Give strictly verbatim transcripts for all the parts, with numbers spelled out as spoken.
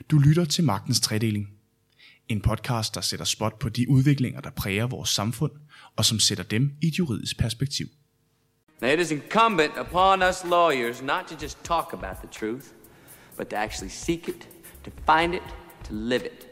Du lytter til Magtens Tredeling. En podcast, der sætter spot på de udviklinger, der præger vores samfund, og som sætter dem i et juridisk perspektiv. Now, it is incumbent upon us lawyers not to just talk about the truth, but to actually seek it, to find it, to live it.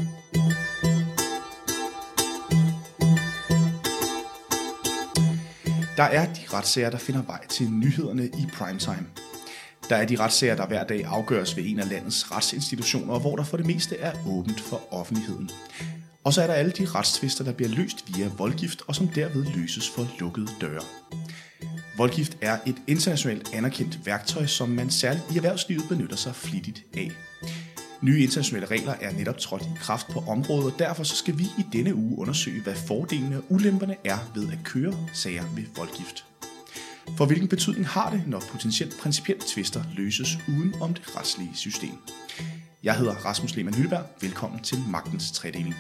Der er de retssager, der finder vej til nyhederne i primetime. Der er de retssager, der hver dag afgøres ved en af landets retsinstitutioner, hvor der for det meste er åbent for offentligheden. Og så er der alle de retstvister, der bliver løst via voldgift, og som derved løses for lukkede døre. Voldgift er et internationalt anerkendt værktøj, som man særligt i erhvervslivet benytter sig flittigt af. Nye internationale regler er netop trådt i kraft på området, og derfor så skal vi i denne uge undersøge, hvad fordelene og ulemperne er ved at køre sager ved voldgift. For hvilken betydning har det, når potentielt principielle tvister løses uden om det retslige system? Jeg hedder Rasmus Lehmann Hylleberg. Velkommen til Magtens Tredeling.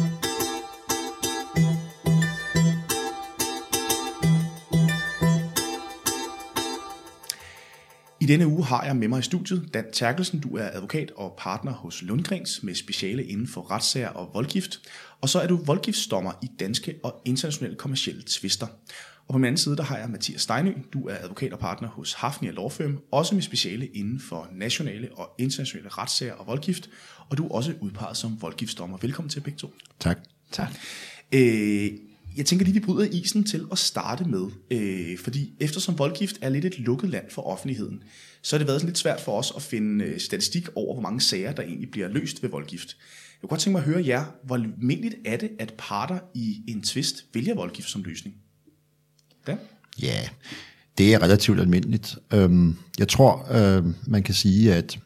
I denne uge har jeg med mig i studiet Dan Terkelsen. Du er advokat og partner hos Lundgrens med speciale inden for retssager og voldgift. Og så er du voldgiftsdommer i danske og internationale kommercielle tvister. Og på den anden side, der har jeg Mathias Steinø. Du er advokat og partner hos Hafnia Law Firm, også med speciale inden for nationale og internationale retssager og voldgift. Og du er også udpeget som voldgiftsdommer. Velkommen til begge to. Tak. Tak. Øh, jeg tænker lige, vi bryder isen til at starte med. Øh, fordi eftersom voldgift er lidt et lukket land for offentligheden, så har det været sådan lidt svært for os at finde statistik over, hvor mange sager, der egentlig bliver løst ved voldgift. Jeg kunne godt tænke mig at høre jer, hvor almindeligt er det, at parter i en tvist vælger voldgift som løsning? Ja. Ja, det er relativt almindeligt. Jeg tror, man kan sige, at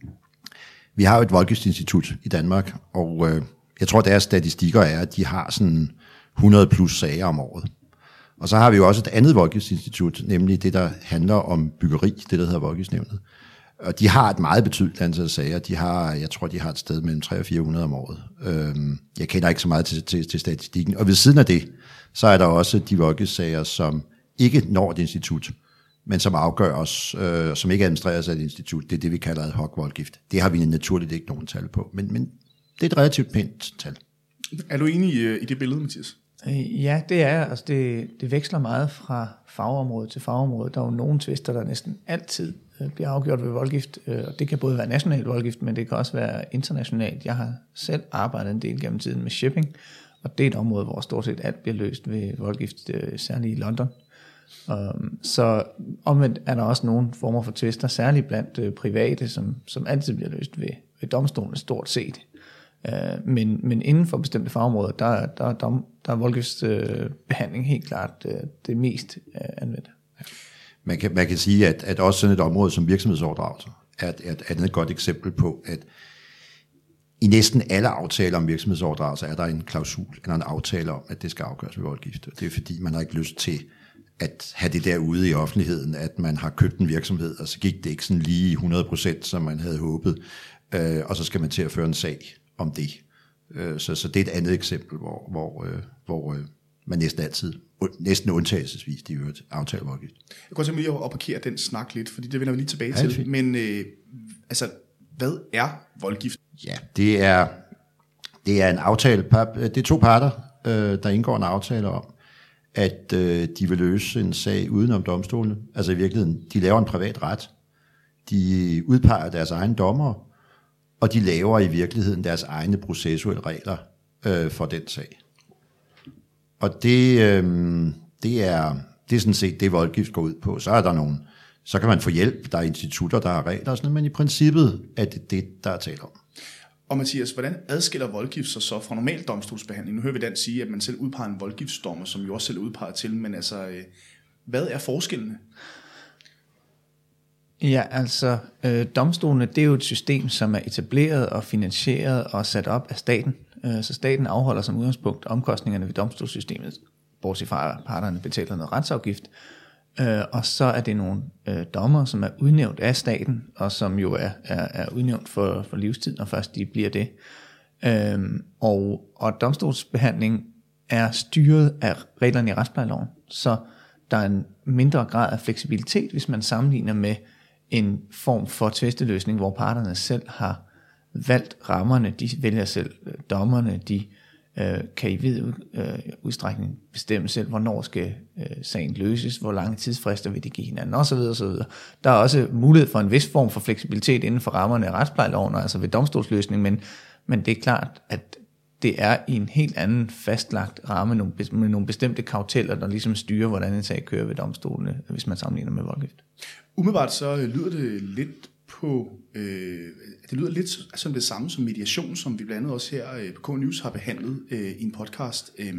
vi har jo et voldgiftsinstitut i Danmark, og jeg tror, deres statistikker er, at de har sådan hundrede plus sager om året. Og så har vi jo også et andet voldgiftsinstitut, nemlig det, der handler om byggeri, det der hedder Voldgiftsnævnet. Og de har et meget betydeligt antal sager. De har, jeg tror, de har et sted mellem tre hundrede og fire hundrede om året. Jeg kender ikke så meget til, til, til statistikken. Og ved siden af det, så er der også de voldgiftssager, som ikke når et institut, men som afgøres, øh, som ikke administreres af et institut. Det er det, vi kalder ad hoc voldgift. Det har vi naturligt ikke nogen tal på, men, men det er et relativt pænt tal. Er du enig i, i det billede, Mathias? Ja, det er. Altså det, det veksler meget fra fagområde til fagområde. Der er jo nogle tvister, der næsten altid bliver afgjort ved voldgift, og det kan både være national voldgift, men det kan også være internationalt. Jeg har selv arbejdet en del gennem tiden med shipping, og det er et område, hvor stort set alt bliver løst ved voldgift, særligt i London. Så omvendt er der også nogle former for tvister, særligt blandt private, som, som altid bliver løst ved, ved domstolen stort set. Men, men inden for bestemte fagområder, der, der, der, der er voldgiftsbehandling helt klart det mest anvendte. Man kan, man kan sige, at, at også sådan et område som virksomhedsoverdragelse er et, et andet godt eksempel på, at i næsten alle aftaler om virksomhedsoverdragelse er der en klausul eller en aftale om, at det skal afgøres ved voldgift. Det er fordi, man har ikke lyst til at have det derude i offentligheden, at man har købt en virksomhed, og så gik det ikke sådan lige hundrede procent, som man havde håbet, øh, og så skal man til at føre en sag om det. Øh, så, så det er et andet eksempel, hvor, hvor, øh, hvor øh, man næsten altid, næsten undtagelsesvis, de øvrigt aftale voldgift. Jeg kan godt tænke mig lige at parkere den snak lidt, fordi det vender vi lige tilbage ja, til. Men øh, altså, hvad er voldgift? Ja, det er, det er en aftale. Det er to parter, øh, der indgår en aftale om, at øh, de vil løse en sag udenom domstolene. Altså i virkeligheden, de laver en privat ret. De udpeger deres egne dommere, og de laver i virkeligheden deres egne processuelle regler øh, for den sag. Og det, øh, det, er, det er sådan set det, voldgift går ud på. Så er der nogle, så kan man få hjælp, der er institutter, der har regler og sådan noget, men i princippet er det det, der er tale om. Og Mathias, hvordan adskiller voldgift sig så fra normal domstolsbehandling? Nu hører vi Dan sige, at man selv udpeger en voldgiftsdommer, som jo også selv er udpeget til, men altså, øh, hvad er forskellene? Ja, altså, øh, domstolene, det er jo et system, som er etableret og finansieret og sat op af staten. Øh, så staten afholder som udgangspunkt omkostningerne ved domstolssystemet, bortset fra at parterne betaler noget retsafgift. Øh, og så er det nogle øh, dommer, som er udnævnt af staten, og som jo er, er, er udnævnt for, for livstid, når først de bliver det. Øh, og, og domstolsbehandling er styret af reglerne i retsplejeloven, så der er en mindre grad af fleksibilitet, hvis man sammenligner med en form for tvisteløsning, hvor parterne selv har valgt rammerne, de vælger selv dommerne, de øh, kan i vid øh, udstrækning bestemme selv, hvornår skal øh, sagen løses, hvor lange tidsfrister vil de give hinanden, osv. osv. Der er også mulighed for en vis form for fleksibilitet inden for rammerne af retsplejeloven, altså ved domstolsløsning, men, men det er klart, at det er i en helt anden fastlagt ramme med nogle bestemte kauteller, der ligesom styrer, hvordan en sag kører ved domstolene, hvis man sammenligner med voldgift. Umiddelbart så lyder det lidt på, øh, det lyder lidt som det samme som mediation, som vi blandt andet også her på K News har behandlet øh, i en podcast. Øh,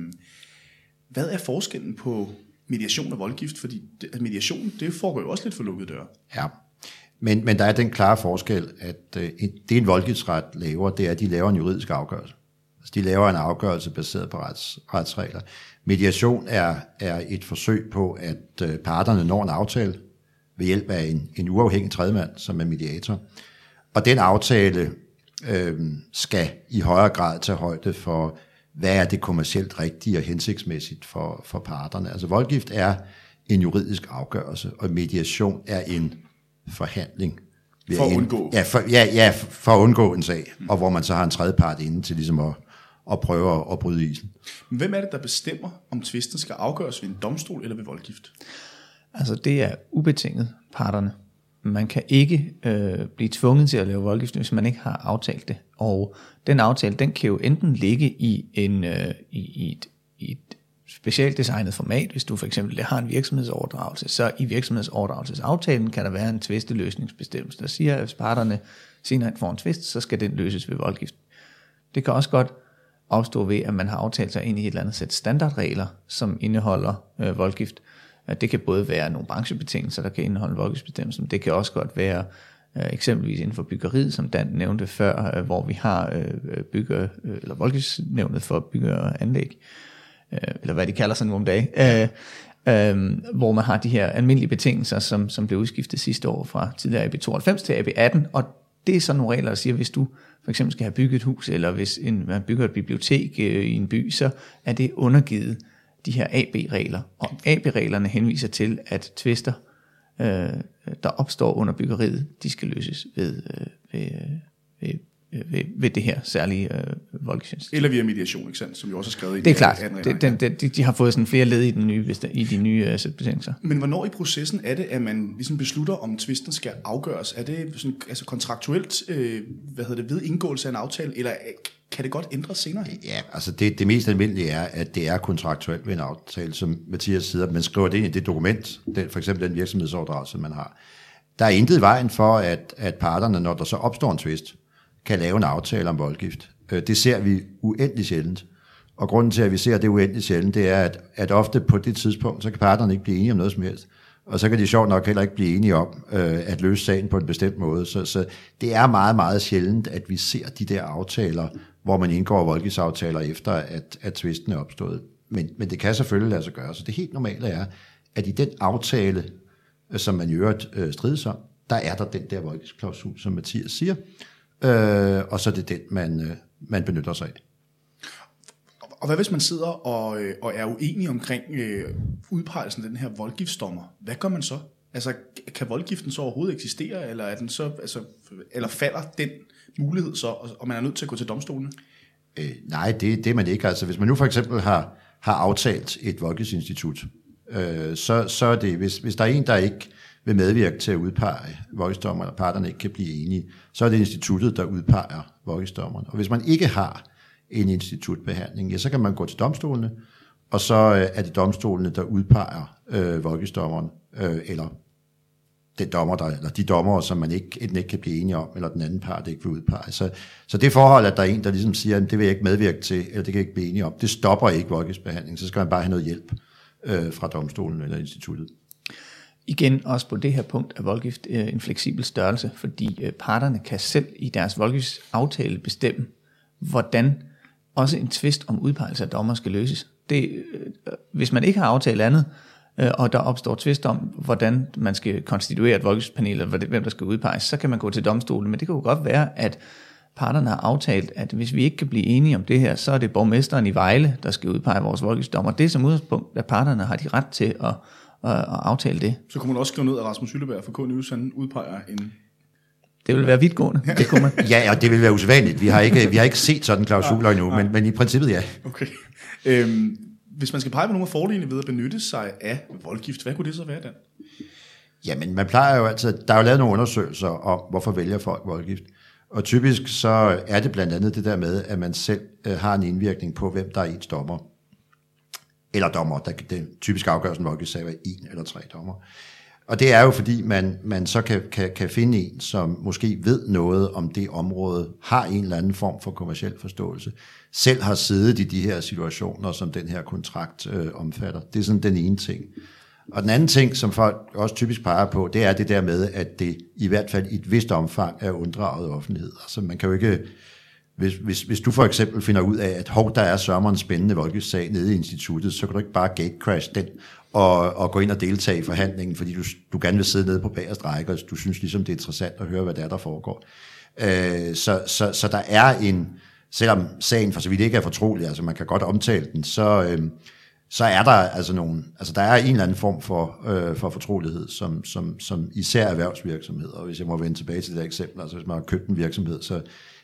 hvad er forskellen på mediation og voldgift? Fordi det, mediation, det foregår jo også lidt for lukkede døre. Ja, men, men der er den klare forskel, at øh, det en voldgiftsret laver, det er, at de laver en juridisk afgørelse. Altså, de laver en afgørelse baseret på rets, retsregler. Mediation er, er et forsøg på, at øh, parterne når en aftale ved hjælp af en, en uafhængig tredjemand, som er mediator. Og den aftale øh, skal i højere grad tage højde for, hvad er det kommercielt rigtige og hensigtsmæssigt for, for parterne. Altså voldgift er en juridisk afgørelse, og mediation er en forhandling. For at undgå? Ja, for, ja, ja, for at undgå en sag, mm. og hvor man så har en tredje part inde til ligesom at, at prøve at, at bryde isen. Men hvem er det, der bestemmer, om tvisten skal afgøres ved en domstol eller ved voldgift? Altså det er ubetinget parterne. Man kan ikke øh, blive tvunget til at lave voldgift, hvis man ikke har aftalt det. Og den aftale, den kan jo enten ligge i, en, øh, i, i, et, i et specielt designet format. Hvis du for eksempel har en virksomhedsoverdragelse, så i virksomhedsoverdragelsesaftalen kan der være en tvisteløsningsbestemmelse, der siger, at hvis parterne senere får en tvist, så skal den løses ved voldgift. Det kan også godt opstå ved, at man har aftalt sig ind i et eller andet sæt standardregler, som indeholder øh, voldgift. Det kan både være nogle branchebetingelser, der kan indeholde voldgiftsbestemmelsen. Det kan også godt være øh, eksempelvis inden for byggeriet, som Dan nævnte før, øh, hvor vi har øh, bygger, øh, eller voldgiftsnævnet for bygge- og anlæg, øh, eller hvad de kalder sig nu om dagen, øh, øh, hvor man har de her almindelige betingelser, som, som blev udskiftet sidste år fra tidligere A B tooghalvfems til A B atten, og det er sådan nogle regler, der siger, at hvis du for eksempel skal have bygget et hus, eller hvis en, man bygger et bibliotek øh, i en by, så er det undergivet de her A B-regler, og A B-reglerne henviser til, at tvister, øh, der opstår under byggeriet, de skal løses ved, øh, ved, ved, ved, ved det her særlige øh, voldgift. Eller via mediation, ikke sandt, som jo også er skrevet i det er klart, det, den, den, de, de har fået sådan flere led i, den nye, i de nye øh, betingelser. Men hvornår i processen er det, at man ligesom beslutter, om tvisten skal afgøres? Er det sådan, altså kontraktuelt øh, hvad hedder det, ved indgåelse af en aftale, eller kan det godt ændres senere? Ja, altså det, det mest almindelige er, at det er kontraktuelt ved en aftale, som Mathias siger, at man skriver det ind i det dokument, den, for eksempel den virksomhedsoverdragelse, man har. Der er intet i vejen for, at, at parterne, når der så opstår en tvist, kan lave en aftale om voldgift. Det ser vi uendelig sjældent. Og grunden til, at vi ser det uendelig sjældent, det er, at, at ofte på det tidspunkt, så kan parterne ikke blive enige om noget som helst. Og så kan de sjovt nok heller ikke blive enige om øh, at løse sagen på en bestemt måde. Så, så det er meget, meget sjældent, at vi ser de der aftaler, hvor man indgår voldgiftsaftaler efter, at, at tvisten er opstået. Men, men det kan selvfølgelig lade sig gøre. Så det helt normale er, at i den aftale, som man i øvrigt øh, strides om, der er der den der voldgiftsklausul, som Mathias siger. Øh, og så er det den, man, øh, man benytter sig af. Og hvad hvis man sidder og, øh, og er uenig omkring øh, udpegelsen af den her voldgiftsdommer? Hvad gør man så? Altså, kan voldgiften så overhovedet eksistere, eller, er den så, altså, eller falder den mulighed så, og man er nødt til at gå til domstolene? Øh, nej, det, det er man ikke. Altså, hvis man nu for eksempel har, har aftalt et voldgiftsinstitut, øh, så, så er det, hvis, hvis der er en, der ikke vil medvirke til at udpege voldgiftsdommeren, og parterne ikke kan blive enige, så er det instituttet, der udpeger voldgiftsdommeren. Og hvis man ikke har en institutbehandling, ja, så kan man gå til domstolene, og så er det domstolene, der udpeger øh, voldgiftsdommeren, øh, eller den dommer, der, eller de dommere, som man ikke, enten ikke kan blive enige om, eller den anden part ikke vil udpege. Så, så det forhold, at der er en, der ligesom siger, at det vil jeg ikke medvirke til, eller det kan jeg ikke blive enige om, det stopper ikke voldgiftsbehandling, så skal man bare have noget hjælp øh, fra domstolen eller instituttet. Igen, også på det her punkt er voldgift øh, en fleksibel størrelse, fordi øh, parterne kan selv i deres voldgiftsaftale bestemme, hvordan også en tvist om udpegelse af dommer skal løses. Det, øh, hvis man ikke har aftalt andet, øh, og der opstår tvist om, hvordan man skal konstituere et voldgiftspanel, eller hvem der skal udpeges, så kan man gå til domstolen. Men det kan jo godt være, at parterne har aftalt, at hvis vi ikke kan blive enige om det her, så er det borgmesteren i Vejle, der skal udpege vores voldgiftsdommer. Det er som udgangspunkt, at parterne har de ret til at, at, at aftale det. Så kunne man også skrive ned, at Rasmus Hylleberg fra K News, han udpeger en Det vil være vidtgående. Det kunne man. Ja, og det vil være usædvanligt. Vi har ikke, vi har ikke set sådan klausuler endnu, men, men i princippet ja. Okay. Øhm, hvis man skal pege på nogle af fordelene ved at benytte sig af voldgift, hvad kunne det så være, Dan? Jamen, man plejer jo altid, der er jo lavet nogle undersøgelser om, hvorfor vælger folk voldgift. Og typisk så er det blandt andet det der med, at man selv øh, har en indvirkning på, hvem der er ens dommer. Eller dommer, der det typisk afgørelsen en voldgiftssag er en eller tre dommer. Og det er jo fordi, man, man så kan, kan, kan finde en, som måske ved noget om det område, har en eller anden form for kommerciel forståelse, selv har siddet i de her situationer, som den her kontrakt øh, omfatter. Det er sådan den ene ting. Og den anden ting, som folk også typisk peger på, det er det der med, at det i hvert fald i et vist omfang er unddraget offentlighed. Altså man kan jo ikke, hvis, hvis, hvis du for eksempel finder ud af, at hov, der er sørmer en spændende voldgiftssag nede i instituttet, så kan du ikke bare gatecrash den og, og gå ind og deltage i forhandlingen, fordi du, du gerne vil sidde nede på bagerste række, og du synes ligesom, det er interessant at høre, hvad der er, der foregår. Øh, så, så, så der er en, selvom sagen for så vidt ikke er fortrolig, altså man kan godt omtale den, så... Øh, så er der altså nogle, altså der er en eller anden form for, øh, for fortrolighed, som, som, som især erhvervsvirksomheder, og hvis jeg må vende tilbage til det der eksempel, altså hvis man har købt en virksomhed, så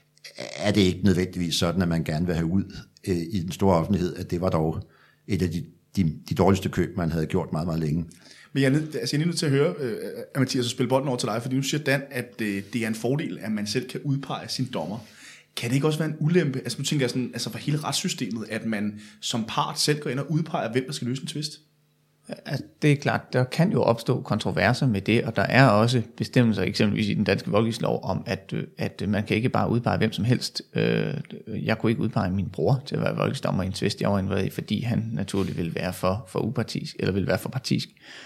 er det ikke nødvendigvis sådan, at man gerne vil have ud øh, i den store offentlighed, at det var dog et af de, de, de dårligste køb, man havde gjort meget, meget længe. Men jeg er, nød, altså jeg er nødt til at høre, øh, at Mathias, at spille bolden over til dig, fordi nu siger Dan, at øh, det er en fordel, at man selv kan udpege sin dommer. Kan det ikke også være en ulempe, altså nu tænker jeg sådan, altså for hele retssystemet, at man som part selv går ind og udpeger, hvem der skal løse en tvist? Altså, det er klart, der kan jo opstå kontroverser med det, og der er også bestemmelser, eksempelvis i den danske voldgiftslov, om at, at man kan ikke bare udpege hvem som helst. Jeg kunne ikke udpege min bror til at være voldgiftsdommer i en tvist, jeg var involveret i, fordi han naturligt ville være for, for upartisk, eller ville være for partisk.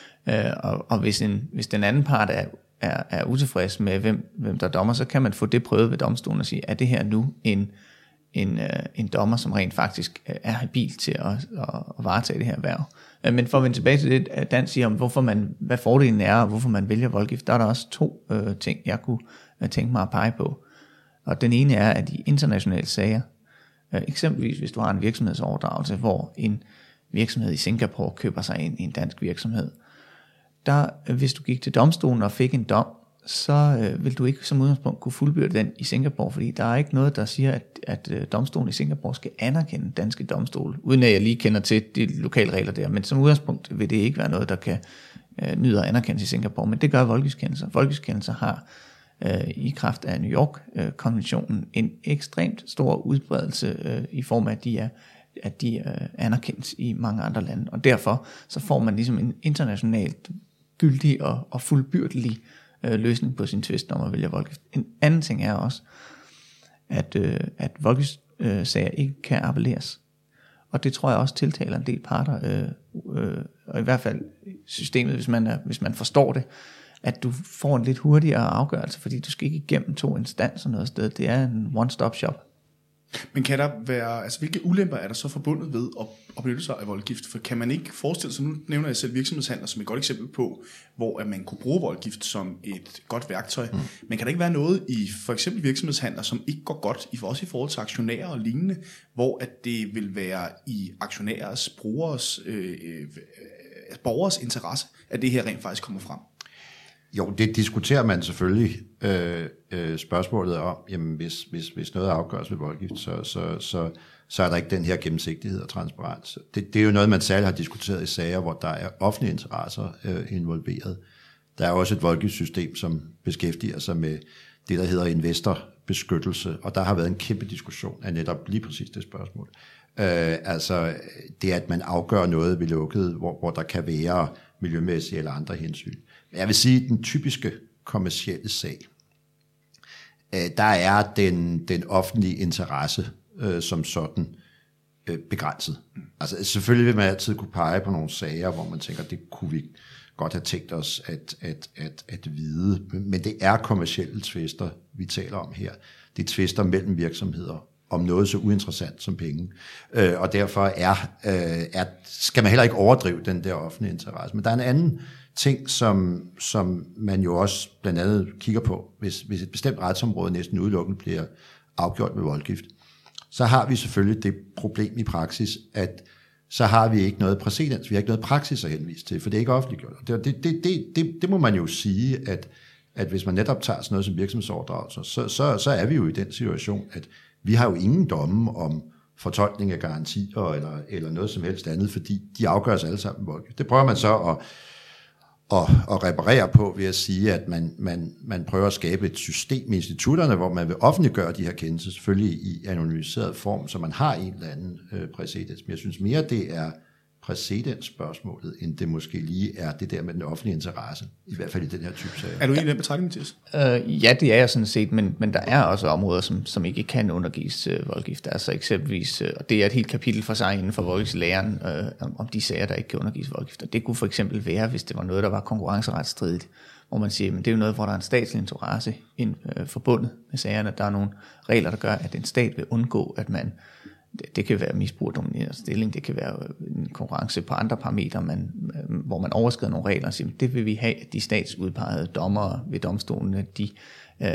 Og, og hvis, en, hvis den anden part er Er, er utilfreds med, hvem, hvem der er dommer, så kan man få det prøvet ved domstolen og sige, er det her nu en, en, en dommer, som rent faktisk er habil til at, at, at varetage det her erhverv. Men for at vende tilbage til det, Dan siger om, hvorfor man, hvad fordelen er, og hvorfor man vælger voldgift, der er der også to øh, ting, jeg kunne øh, tænke mig at pege på. Og den ene er, at i internationale sager, øh, eksempelvis hvis du har en virksomhedsoverdragelse, hvor en virksomhed i Singapore køber sig ind i en dansk virksomhed, der, hvis du gik til domstolen og fik en dom, så øh, vil du ikke som udgangspunkt kunne fuldbyrde den i Singapore, fordi der er ikke noget, der siger, at, at øh, domstolen i Singapore skal anerkende danske domstole, uden at jeg lige kender til de lokale regler der, men som udgangspunkt vil det ikke være noget, der kan øh, nyde at anerkendes i Singapore, men det gør voldgiftskendelser. Voldgiftskendelser har øh, i kraft af New York-konventionen øh, en ekstremt stor udbredelse øh, i form af, at de er at de øh, anerkendes i mange andre lande, og derfor så får man ligesom en internationalt gyldig og, og fuldbyrdelig øh, løsning på sin tvist, når man vælger voldgift. En anden ting er også, at, øh, at voldgiftssager øh, ikke kan appelleres. Og det tror jeg også tiltaler en del parter, øh, øh, og i hvert fald systemet, hvis man, er, hvis man forstår det, at du får en lidt hurtigere afgørelse, fordi du skal ikke igennem to instanser noget sted. Det er en one-stop shop. Men kan der være, altså hvilke ulemper er der så forbundet ved at, at benytte sig af voldgift? For kan man ikke forestille sig, nu nævner jeg selv virksomhedshandler som et godt eksempel på, hvor at man kunne bruge voldgift som et godt værktøj. Mm. Men kan der ikke være noget i for eksempel virksomhedshandler, som ikke går godt, også i forhold til aktionærer og lignende, hvor at det vil være i aktionærers, brugers, øh, øh, borgers interesse, at det her rent faktisk kommer frem? Jo, det diskuterer man selvfølgelig øh, øh, spørgsmålet om, jamen hvis, hvis, hvis noget afgøres ved voldgift, så, så, så, så er der ikke den her gennemsigtighed og transparens. Det, det er jo noget, man særligt har diskuteret i sager, hvor der er offentlige interesser øh, involveret. Der er også et voldgiftssystem, som beskæftiger sig med det, der hedder investorbeskyttelse, og der har været en kæmpe diskussion af netop lige præcis det spørgsmål. Øh, altså det, at man afgør noget ved lukket, hvor, hvor der kan være miljømæssige eller andre hensyn. Jeg vil sige, at den typiske kommercielle sag, der er den, den offentlige interesse øh, som sådan øh, begrænset. Altså selvfølgelig vil man altid kunne pege på nogle sager, hvor man tænker, det kunne vi godt have tænkt os at, at, at, at vide. Men det er kommercielle tvister, vi taler om her. Det er tvister mellem virksomheder om noget så uinteressant som penge. Øh, og derfor er, øh, er, skal man heller ikke overdrive den der offentlige interesse. Men der er en anden ting, som, som man jo også blandt andet kigger på, hvis, hvis et bestemt retsområde næsten udelukkende bliver afgjort med voldgift, så har vi selvfølgelig det problem i praksis, at så har vi ikke noget præcedens, vi har ikke noget praksis at henvise til, for det er ikke offentliggjort. Det, det, det, det, det, det må man jo sige, at at hvis man netop tager sådan noget som virksomhedsoverdragelser, så, så, så er vi jo i den situation, at vi har jo ingen domme om fortolkning af garantier eller, eller noget som helst andet, fordi de afgøres alle sammen voldgift. Det prøver man så at, at, at reparere på ved at sige, at man, man, man prøver at skabe et system i institutterne, hvor man vil offentliggøre de her kendelser, selvfølgelig i anonymiseret form, så man har en eller anden øh, præcedens. Men jeg synes mere, det er præcedensspørgsmålet, end det måske lige er det der med den offentlige interesse, i hvert fald i den her type sager. Er du enig i den betragtning, Mathias? Øh, ja, det er jeg sådan set, men, men der er også områder, som, som ikke kan undergives øh, voldgift. Altså eksempelvis, øh, og det er et helt kapitel for sig inden for voldgiftslæren, øh, om, om de sager, der ikke kan undergives voldgift. Og det kunne for eksempel være, hvis det var noget, der var konkurrenceretsstridigt, hvor man siger, men det er jo noget, hvor der er en statslig interesse ind, øh, forbundet med sagerne. Der er nogle regler, der gør, at en stat vil undgå, at man det kan være misbrug af dominerende stilling, det kan være en konkurrence på andre parametre, man, hvor man overskrider nogle regler og siger, det vil vi have, at de statsudpegede dommere ved domstolene, de, øh,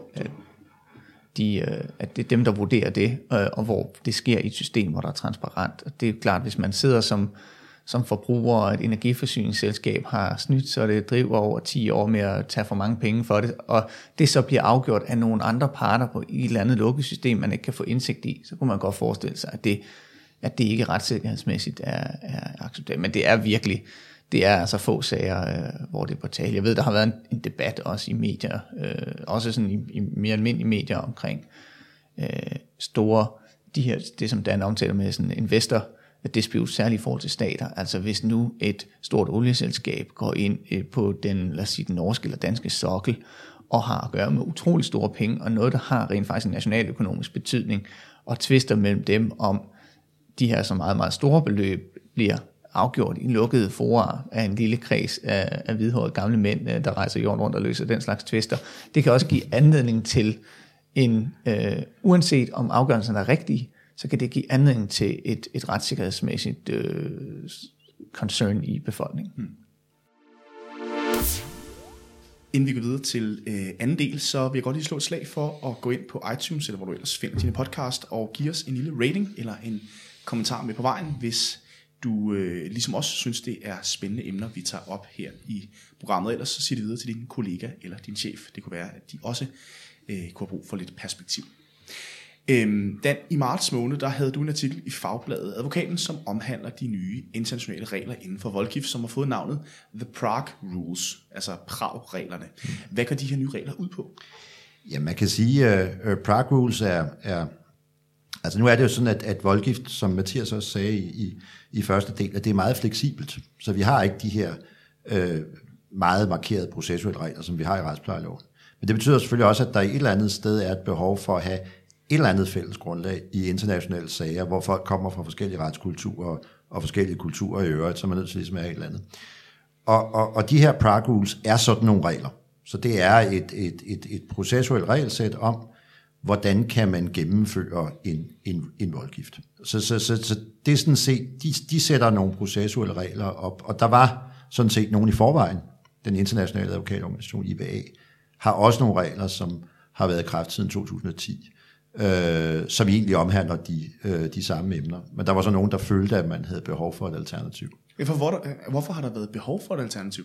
de, øh, at det er dem, der vurderer det, øh, og hvor det sker i et system, hvor der er transparent. Og det er klart, hvis man sidder som, som forbruger, og et energiforsyningsselskab har snydt, så det driver over ti år med at tage for mange penge for det, og det så bliver afgjort af nogle andre parter på et eller andet lukket system, man ikke kan få indsigt i, så kunne man godt forestille sig, at det, at det ikke retssikkerhedsmæssigt er, er acceptabelt. Men det er virkelig, det er altså få sager, øh, hvor det er på tale. Jeg ved, der har været en, en debat også i medier, øh, også sådan i, i mere almindelige medier omkring øh, store, de her, det som Dan omtaler med sådan investor, at det spiller særligt i forhold til stater. Altså hvis nu et stort olieselskab går ind på den, lad os sige, den norske eller danske sokkel, og har at gøre med utrolig store penge, og noget, der har rent faktisk en nationaløkonomisk betydning, og tvister mellem dem om de her så meget, meget store beløb bliver afgjort i lukkede fora af en lille kreds af, af hvidhårede gamle mænd, der rejser jorden rundt og løser den slags tvister. Det kan også give anledning til en, øh, uanset om afgørelsen er rigtig, så kan det give anledning til et, et retssikkerhedsmæssigt øh, concern i befolkningen. Hmm. Inden vi går videre til øh, anden del, så vil jeg godt lige slå et slag for at gå ind på iTunes, eller hvor du ellers finder dine podcast, og give os en lille rating eller en kommentar med på vejen, hvis du øh, ligesom også synes, det er spændende emner, vi tager op her i programmet. Ellers så sig det videre til din kollega eller din chef. Det kunne være, at de også øh, kunne have brug for lidt perspektiv. Øhm, Dan, i marts måned, der havde du en artikel i Fagbladet Advokaten, som omhandler de nye internationale regler inden for voldgift, som har fået navnet The Prague Rules, altså Prag-reglerne. Hvad går de her nye regler ud på? Ja, man kan sige, at uh, Prague Rules er, er, altså nu er det jo sådan, at, at voldgift, som Mathias også sagde i, i, i første del, at det er meget fleksibelt, så vi har ikke de her øh, meget markerede processuelle regler, som vi har i retsplejeloven. Men det betyder selvfølgelig også, at der i et eller andet sted er et behov for at have et eller andet fælles grundlag i internationale sager, hvor folk kommer fra forskellige retskulturer og forskellige kulturer i øvrigt, så man er nødt til ligesom at have et eller andet. Og, og, og de her Prague Rules er sådan nogle regler. Så det er et, et, et, et processuelt regelsæt om, hvordan kan man gennemføre en, en, en voldgift. Så, så, så, så det er sådan set, de, de sætter nogle processuelle regler op, og der var sådan set nogen i forvejen. Den internationale advokatorganisation I B A har også nogle regler, som har været i kraft siden to tusind og ti. Øh, som egentlig omhandler de, øh, de samme emner. Men der var så nogen, der følte, at man havde behov for et alternativ. For hvor, hvorfor har der været behov for et alternativ?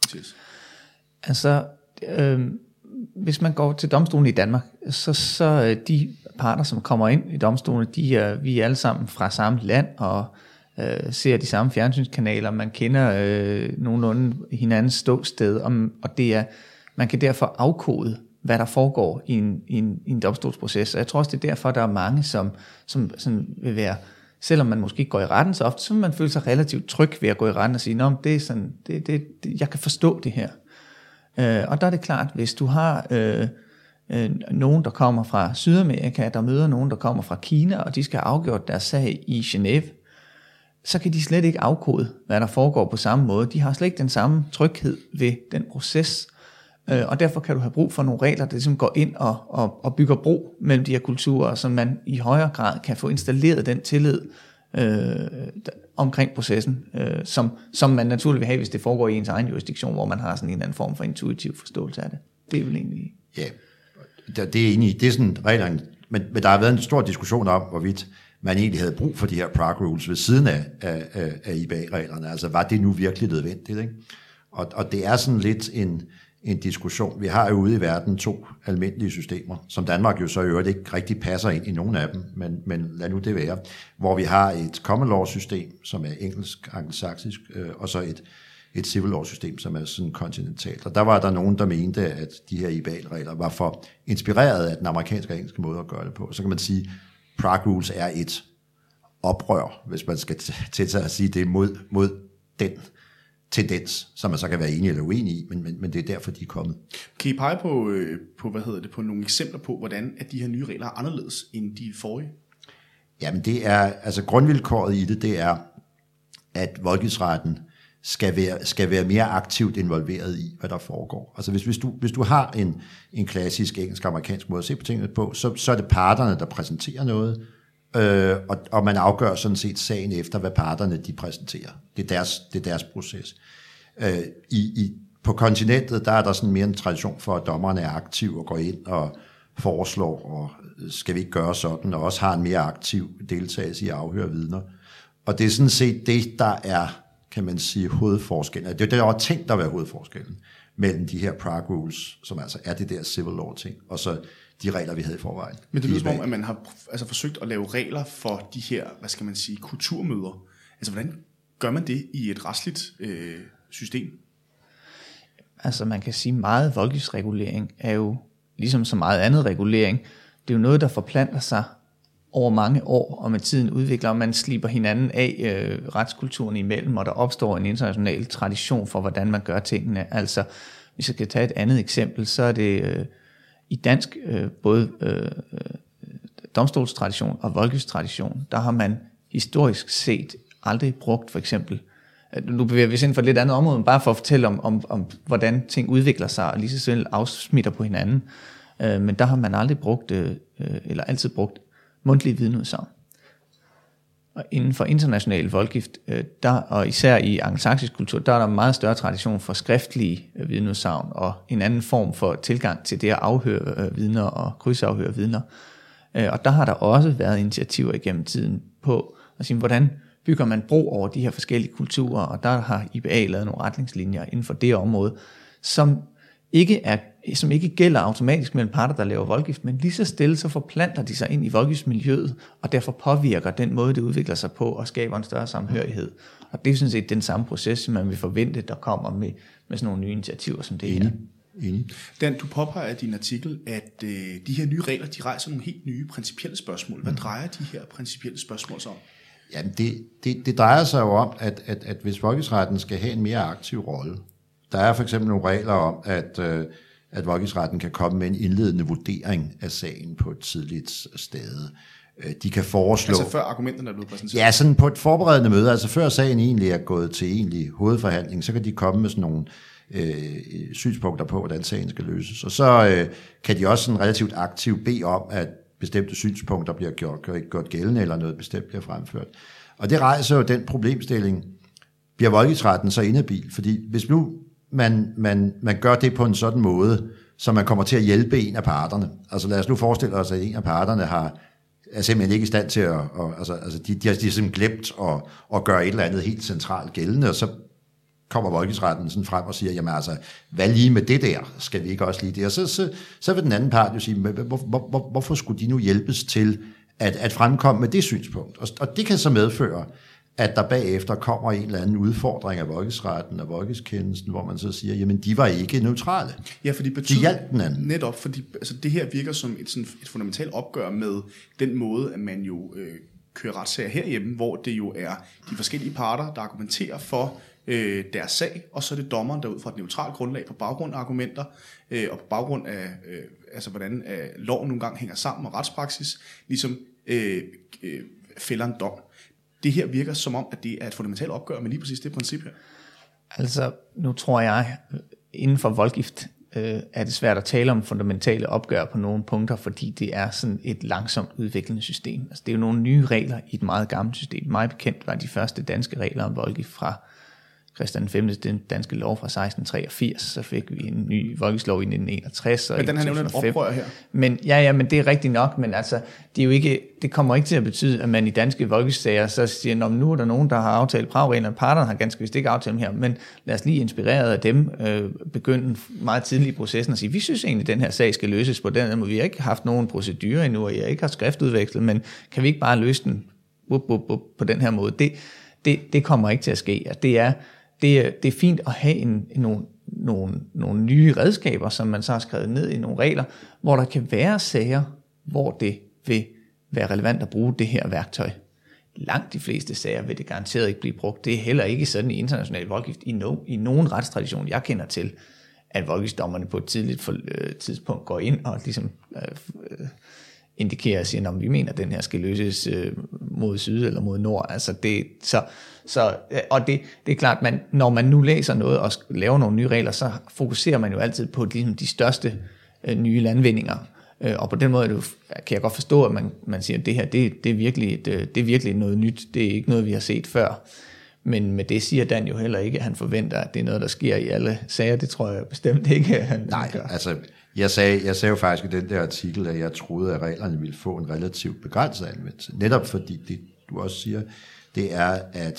Altså, øh, hvis man går til domstolen i Danmark, så, så de parter, som kommer ind i domstolen, de er, vi er alle sammen fra samme land, og øh, ser de samme fjernsynskanaler. Man kender øh, nogenlunde hinandens ståsted, og, og det er, man kan derfor afkode, hvad der foregår i en, i en, i en domstolsproces. Og jeg tror også, det er derfor, der er mange, som, som sådan vil være, selvom man måske ikke går i retten så ofte, så vil man føle sig relativt tryg ved at gå i retten og sige, nå, det er sådan, det, det, det, jeg kan forstå det her. Øh, og der er det klart, hvis du har øh, øh, nogen, der kommer fra Sydamerika, der møder nogen, der kommer fra Kina, og de skal have afgjort deres sag i Genève, så kan de slet ikke afkode, hvad der foregår på samme måde. De har slet ikke den samme tryghed ved den proces, og derfor kan du have brug for nogle regler, der ligesom går ind og, og, og bygger bro mellem de her kulturer, så man i højere grad kan få installeret den tillid øh, omkring processen, øh, som, som man naturligt vil have, hvis det foregår i ens egen jurisdiktion, hvor man har sådan en eller anden form for intuitiv forståelse af det. Det er vel egentlig... Ja, det er enig. Det er sådan reglerne, men, men der har været en stor diskussion om, hvorvidt man egentlig havde brug for de her Prague Rules ved siden af, af, af I B A-reglerne. Altså, var det nu virkelig nødvendigt, ikke? Og, og det er sådan lidt en... en diskussion. Vi har jo ude i verden to almindelige systemer, som Danmark jo så i øvrigt ikke rigtig passer ind i nogen af dem, men, men lad nu det være. Hvor vi har et common law system, som er engelsk, angelsaksisk, øh, og så et, et civil law system, som er sådan kontinentalt. Og der var der nogen, der mente, at de her I B A L-regler var for inspireret af den amerikanske og engelske måde at gøre det på. Så kan man sige, Prague Rules er et oprør, hvis man skal til sig at sige det, mod, mod den tendens, som man så kan være enig eller uenig i, men, men, men det er derfor, de er kommet. Kan I pege på, på, hvad hedder det, på nogle eksempler på, hvordan at de her nye regler er anderledes end de forrige? Jamen det er, altså grundvilkåret i det, det er, at voldgiftsretten skal være, skal være mere aktivt involveret i, hvad der foregår. Altså hvis, hvis, du, hvis du har en, en klassisk engelsk-amerikansk måde at se på tingene på, så, så er det parterne, der præsenterer noget, øh, og, og man afgør sådan set sagen efter, hvad parterne de præsenterer. Det er deres, det er deres proces. Øh, i, i, på kontinentet, der er der sådan mere en tradition for, at dommerne er aktive og går ind og foreslår, og skal vi ikke gøre sådan, og også har en mere aktiv deltagelse i at afhøre vidner. Og det er sådan set det, der er, kan man sige, hovedforskellen. Det er det, der var tænkt at være hovedforskellen mellem de her Prague Rules, som altså er det der civil law ting, og så de regler, vi havde i forvejen. Men det lyder som om, at man har altså, forsøgt at lave regler for de her, hvad skal man sige, kulturmøder. Altså, hvordan gør man det i et retsligt øh, system? Altså, man kan sige, meget voldgiftsregulering er jo, ligesom så meget andet regulering, det er jo noget, der forplanter sig over mange år, og med tiden udvikler, og man slipper hinanden af øh, retskulturen imellem, og der opstår en international tradition for, hvordan man gør tingene. Altså, hvis jeg skal tage et andet eksempel, så er det øh, i dansk øh, både øh, domstolstradition og voldgiftstradition, der har man historisk set aldrig brugt for eksempel, nu bevæger vi os ind for et lidt andet område, men bare for at fortælle om, om, om hvordan ting udvikler sig, og lige så selv afsmitter på hinanden, øh, men der har man aldrig brugt, øh, eller altid brugt mundtlige vidneudsagn. Og inden for international voldgift, øh, der, og især i angelsaksisk kultur, der er der meget større tradition for skriftlige øh, vidneudsagn, og en anden form for tilgang til det at afhøre øh, vidner og krydsafhøre vidner. Øh, og der har der også været initiativer igennem tiden på at sige, hvordan bygger man bro over de her forskellige kulturer, og der har I B A lavet nogle retningslinjer inden for det område, som ikke, er, som ikke gælder automatisk mellem parter, der laver voldgift, men lige så stille, så forplanter de sig ind i voldgiftsmiljøet, og derfor påvirker den måde, det udvikler sig på, og skaber en større samhørighed. Og det er sådan set den samme proces, som man vil forvente, der kommer med, med sådan nogle nye initiativer som det her. Enig. Dan, du påpeger i din artikel, at øh, de her nye regler, de rejser nogle helt nye principielle spørgsmål. Hvad drejer de her principielle spørgsmål sig om? Jamen det, det, det drejer sig jo om, at, at, at hvis voldgiftsretten skal have en mere aktiv rolle, der er for eksempel nogle regler om, at, øh, at voldgiftsretten kan komme med en indledende vurdering af sagen på et tidligt sted. De kan foreslå... Altså før argumenterne er blevet præsenteret? Ja, sådan på et forberedende møde, altså før sagen egentlig er gået til egentlig hovedforhandling, så kan de komme med sådan nogle øh, synspunkter på, hvordan sagen skal løses. Og så øh, kan de også sådan relativt aktivt bede om, at bestemte synspunkter bliver gjort, gjort gældende, eller noget bestemt bliver fremført. Og det rejser jo den problemstilling, bliver voldgiftsretten så inhabil? Fordi hvis nu man, man, man gør det på en sådan måde, så man kommer til at hjælpe en af parterne. Altså lad os nu forestille os, at en af parterne har, er simpelthen ikke i stand til at, og, altså, altså de, de, har, de har simpelthen glemt at, at gøre et eller andet helt centralt gældende, og så kommer voldgiftsretten sådan frem og siger, jamen altså, hvad lige med det der, skal vi ikke også lige det? Og så, så, så vil den anden part jo sige, hvor, hvor, hvor, hvorfor skulle de nu hjælpes til at, at fremkomme med det synspunkt? Og, og det kan så medføre, at der bagefter kommer en eller anden udfordring af voldgiftsretten og voldgiftskendelsen, hvor man så siger, jamen de var ikke neutrale. Ja, fordi betyder, de hjalp den anden. Netop, fordi altså, det her virker som et, sådan, et fundamentalt opgør med den måde, at man jo øh, kører retssager herhjemme, hvor det jo er de forskellige parter, der argumenterer for øh, deres sag, og så er det dommeren, der ud fra et neutralt grundlag på baggrund af argumenter, øh, og på baggrund af, øh, altså hvordan øh, loven nogle gange hænger sammen, og retspraksis, ligesom øh, øh, fælder en dom. Det her virker som om, at det er et fundamentalt opgør med lige præcis det princip her. Altså, nu tror jeg, inden for voldgift øh, er det svært at tale om fundamentale opgør på nogle punkter, fordi det er sådan et langsomt udviklende system. Altså, det er jo nogle nye regler i et meget gammelt system. Meget bekendt var de første danske regler om voldgift fra Christian den femte, den danske lov fra seksten treogfirs, så fik vi en ny voldgiftslov i nitten enogtres. Men den har nævnt et oprør her. Men, ja, ja, men det er rigtigt nok, men altså, det, er jo ikke, det kommer ikke til at betyde, at man i danske voldgiftssager så siger, at nu er der nogen, der har aftalt Prag-reglerne, parterne har ganske vist ikke aftalt dem her, men lad os lige inspireret af dem øh, begynde meget tidligt i processen og sige, vi synes egentlig, at den her sag skal løses på den måde. Vi har ikke haft nogen procedurer endnu, og jeg har ikke haft skriftudvekslet, men kan vi ikke bare løse den bup, bup, bup, på den her måde? Det, det, det kommer ikke til at ske. Det er, det er, det er fint at have en, en, nogle, nogle, nogle nye redskaber, som man så har skrevet ned i nogle regler, hvor der kan være sager, hvor det vil være relevant at bruge det her værktøj. Langt de fleste sager vil det garanteret ikke blive brugt. Det er heller ikke sådan i international voldgift i, no, i nogen retstradition, jeg kender til, at voldgiftsdommerne på et tidligt for, øh, tidspunkt går ind og ligesom øh, indikerer og siger, at vi mener, at den her skal løses øh, mod syd eller mod nord. Altså det, så, så, og det, det er klart, man, når man nu læser noget og laver nogle nye regler, så fokuserer man jo altid på ligesom, de største øh, nye landvindinger. Og på den måde kan jeg godt forstå, at man, man siger, at det her det, det, er virkelig et, det er virkelig noget nyt. Det er ikke noget, vi har set før. Men med det siger Dan jo heller ikke, at han forventer, at det er noget, der sker i alle sager. Det tror jeg bestemt ikke, at han Nej, gør. altså jeg sagde, jeg sagde jo faktisk i den der artikel, at jeg troede, at reglerne ville få en relativt begrænset anvendelse. Netop fordi det, du også siger, det er, at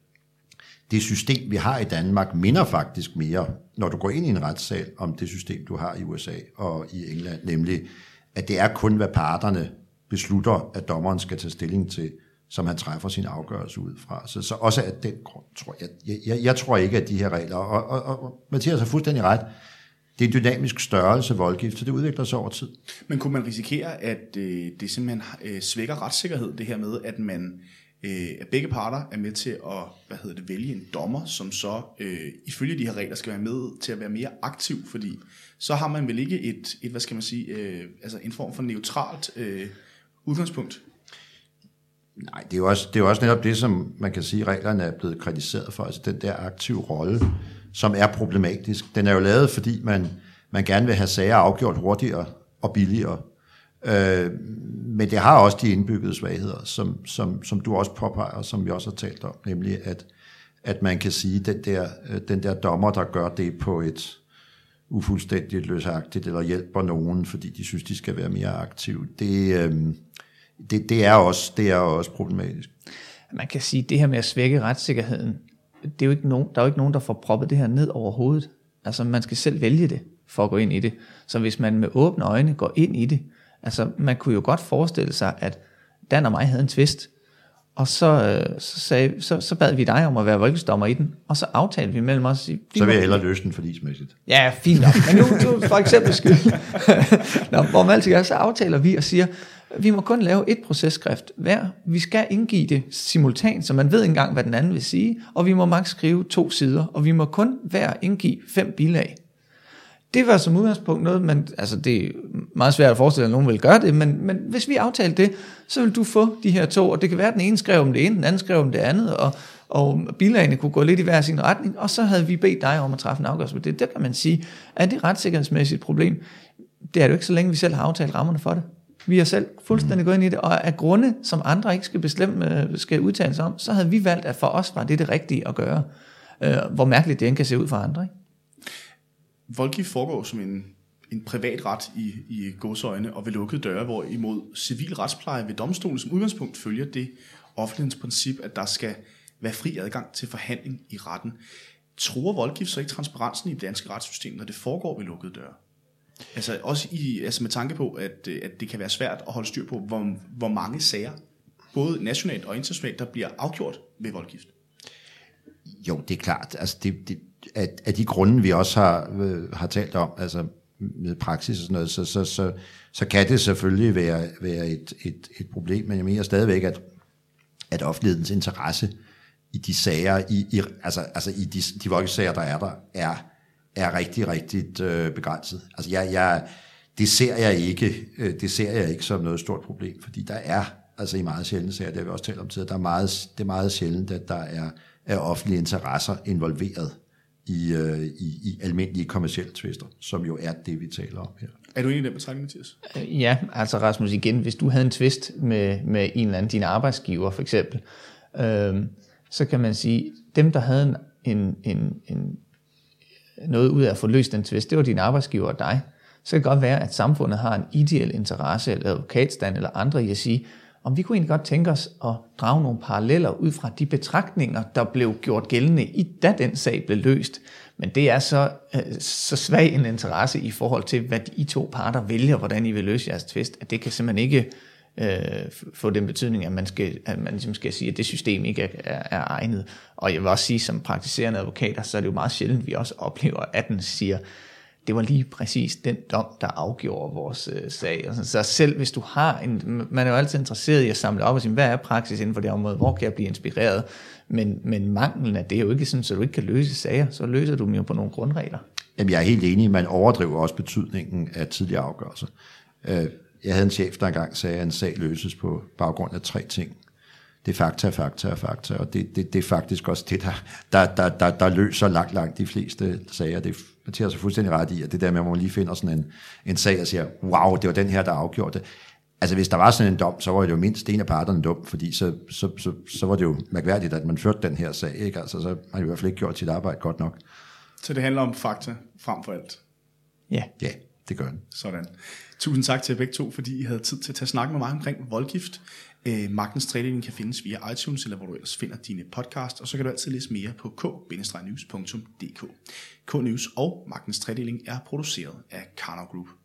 det system, vi har i Danmark, minder faktisk mere, når du går ind i en retssal, om det system, du har i U S A og i England, nemlig, at det er kun, hvad parterne beslutter, at dommeren skal tage stilling til, som han træffer sin afgørelse ud fra. Så, så også af den grund, tror jeg, jeg, jeg, jeg tror ikke, at de her regler, og, og, og Mathias har fuldstændig ret, det er en dynamisk størrelse voldgift, så det udvikler sig over tid. Men kunne man risikere, at øh, det simpelthen øh, svækker retssikkerhed, det her med, at man at begge parter er med til at hvad hedder det, vælge en dommer, som så øh, ifølge de her regler skal være med til at være mere aktiv, fordi så har man vel ikke et, et hvad skal man sige, øh, altså en form for neutralt øh, udgangspunkt. Nej, det er jo også, det er jo også netop det, som man kan sige, reglerne er blevet kritiseret for, altså den der aktive rolle, som er problematisk. Den er jo lavet, fordi man, man gerne vil have sager afgjort hurtigere og billigere. Øh, men det har også de indbyggede svagheder, som, som, som du også påpeger, som vi også har talt om, nemlig at, at man kan sige, at den der, den der dommer, der gør det på et ufuldstændigt løsagtigt, eller hjælper nogen, fordi de synes, de skal være mere aktive, det, øh, det, det, er, også, det er også problematisk. Man kan sige, at det her med at svække retssikkerheden, det er jo ikke nogen, der er jo ikke nogen, der får proppet det her ned over hovedet. Altså man skal selv vælge det, for at gå ind i det. Så hvis man med åbne øjne går ind i det, altså, man kunne jo godt forestille sig, at Dan og mig havde en tvist, og så, så, sagde, så, så bad vi dig om at være voldgiftsdommer i den, og så aftalte vi mellem os. Så vil jeg hellere løse den forligsmæssigt. Ja, fint nok. Men nu, nu for eksempel skyld. Nå, hvor man altid gør, så aftaler vi og siger, vi må kun lave et processkrift hver. Vi skal indgive det simultant, så man ved ikke engang, hvad den anden vil sige, og vi må maks skrive to sider, og vi må kun hver indgive fem bilag. Det var som udgangspunkt noget, man, altså det er meget svært at forestille, at nogen vil gøre det, men, men hvis vi aftalte det, så vil du få de her to, og det kan være, at den ene skrev om det ene, den anden skrev om det andet, og, og bilagene kunne gå lidt i hver sin retning, og så havde vi bedt dig om at træffe en afgørelse på det. Der kan man sige, at det er et retssikkerhedsmæssigt problem. Det er det jo ikke, så længe vi selv har aftalt rammerne for det. Vi har selv fuldstændig gået ind i det, og af grunde, som andre ikke skal bestemme, skal udtale sig om, så havde vi valgt, at for os var det det rigtige at gøre. Hvor mærkeligt det end kan se ud for andre, ikke? Voldgift foregår som en, en privat ret i, i gåseøjne og ved lukkede døre, hvorimod civil retspleje ved domstolen som udgangspunkt følger det offentlighedsprincip, at der skal være fri adgang til forhandling i retten. Tror voldgift så ikke transparensen i det danske retssystem, når det foregår ved lukkede døre? Altså også i, altså med tanke på, at, at det kan være svært at holde styr på, hvor, hvor mange sager, både nationalt og internationalt, der bliver afgjort ved voldgift. Jo, det er klart. Altså det, det Af, af de grunde, vi også har, øh, har talt om, altså med praksis og sådan noget, så, så, så, så kan det selvfølgelig være, være et, et, et problem, men jeg mener stadigvæk, at, at offentlighedens interesse i de sager, i, i, altså, altså i de, de voldgiftssager, der er der, er, er rigtig, rigtig øh, begrænset. Altså jeg, jeg, det ser jeg ikke, øh, det ser jeg ikke som noget stort problem, fordi der er, altså i meget sjældne sager, det har vi også talt om tidligere, der er meget, det er meget sjældent, at der er, er offentlige interesser involveret I, øh, i, i almindelige kommercielle tvister, som jo er det, vi taler om her. Er du enig i den betragtning, Mathias? Ja, altså Rasmus, igen, hvis du havde en tvist med, med en eller anden din arbejdsgiver, for eksempel, øh, så kan man sige, dem, der havde en, en, en, en, noget ud af at få løst den tvist, det var din arbejdsgiver og dig, så kan det godt være, at samfundet har en ideel interesse, eller advokatstand eller andre i at sige, om vi kunne egentlig godt tænke os at drage nogle paralleller ud fra de betragtninger, der blev gjort gældende, i da den sag blev løst. Men det er så, så svag en interesse i forhold til, hvad I to parter vælger, hvordan I vil løse jeres tvist, at det kan simpelthen ikke øh, få den betydning, at man, skal, at man ligesom skal sige, at det system ikke er, er, er egnet. Og jeg vil også sige, som praktiserende advokater, så er det jo meget sjældent, at vi også oplever, at den siger, det var lige præcis den dom, der afgjorde vores øh, sag. Altså, så selv hvis du har en, man er jo altid interesseret i at samle op og sige, hvad er praksis inden for det område, hvor kan jeg blive inspireret? Men, men manglen af det er jo ikke sådan, så du ikke kan løse sager, så løser du dem jo på nogle grundregler. Jamen, jeg er helt enig, man overdriver også betydningen af tidligere afgørelser. Jeg havde en chef, der engang sagde, at en sag løses på baggrund af tre ting. Det er fakta, fakta og fakta, og det, det, det er faktisk også det, der, der, der, der, der løser langt, langt de fleste sager. Det er til altså fuldstændig ret i, at det der med, at man lige finder sådan en, en sag og siger, wow, det var den her, der afgjorde det. Altså hvis der var sådan en dom, så var det jo mindst en af parterne dum, fordi så, så, så, så var det jo mærkværdigt, at man førte den her sag, ikke? Altså så har man i hvert fald ikke gjort sit arbejde godt nok. Så det handler om fakta frem for alt? Ja. Ja, det gør den. Sådan. Tusind tak til begge to, fordi I havde tid til at tage snak med mig omkring voldgift. Eh, Magtens Tredeling kan findes via iTunes, eller hvor du ellers finder dine podcast, og så kan du altid læse mere på k bindestreg news punktum d k. K-News og Magtens Tredeling er produceret af Karnov Group.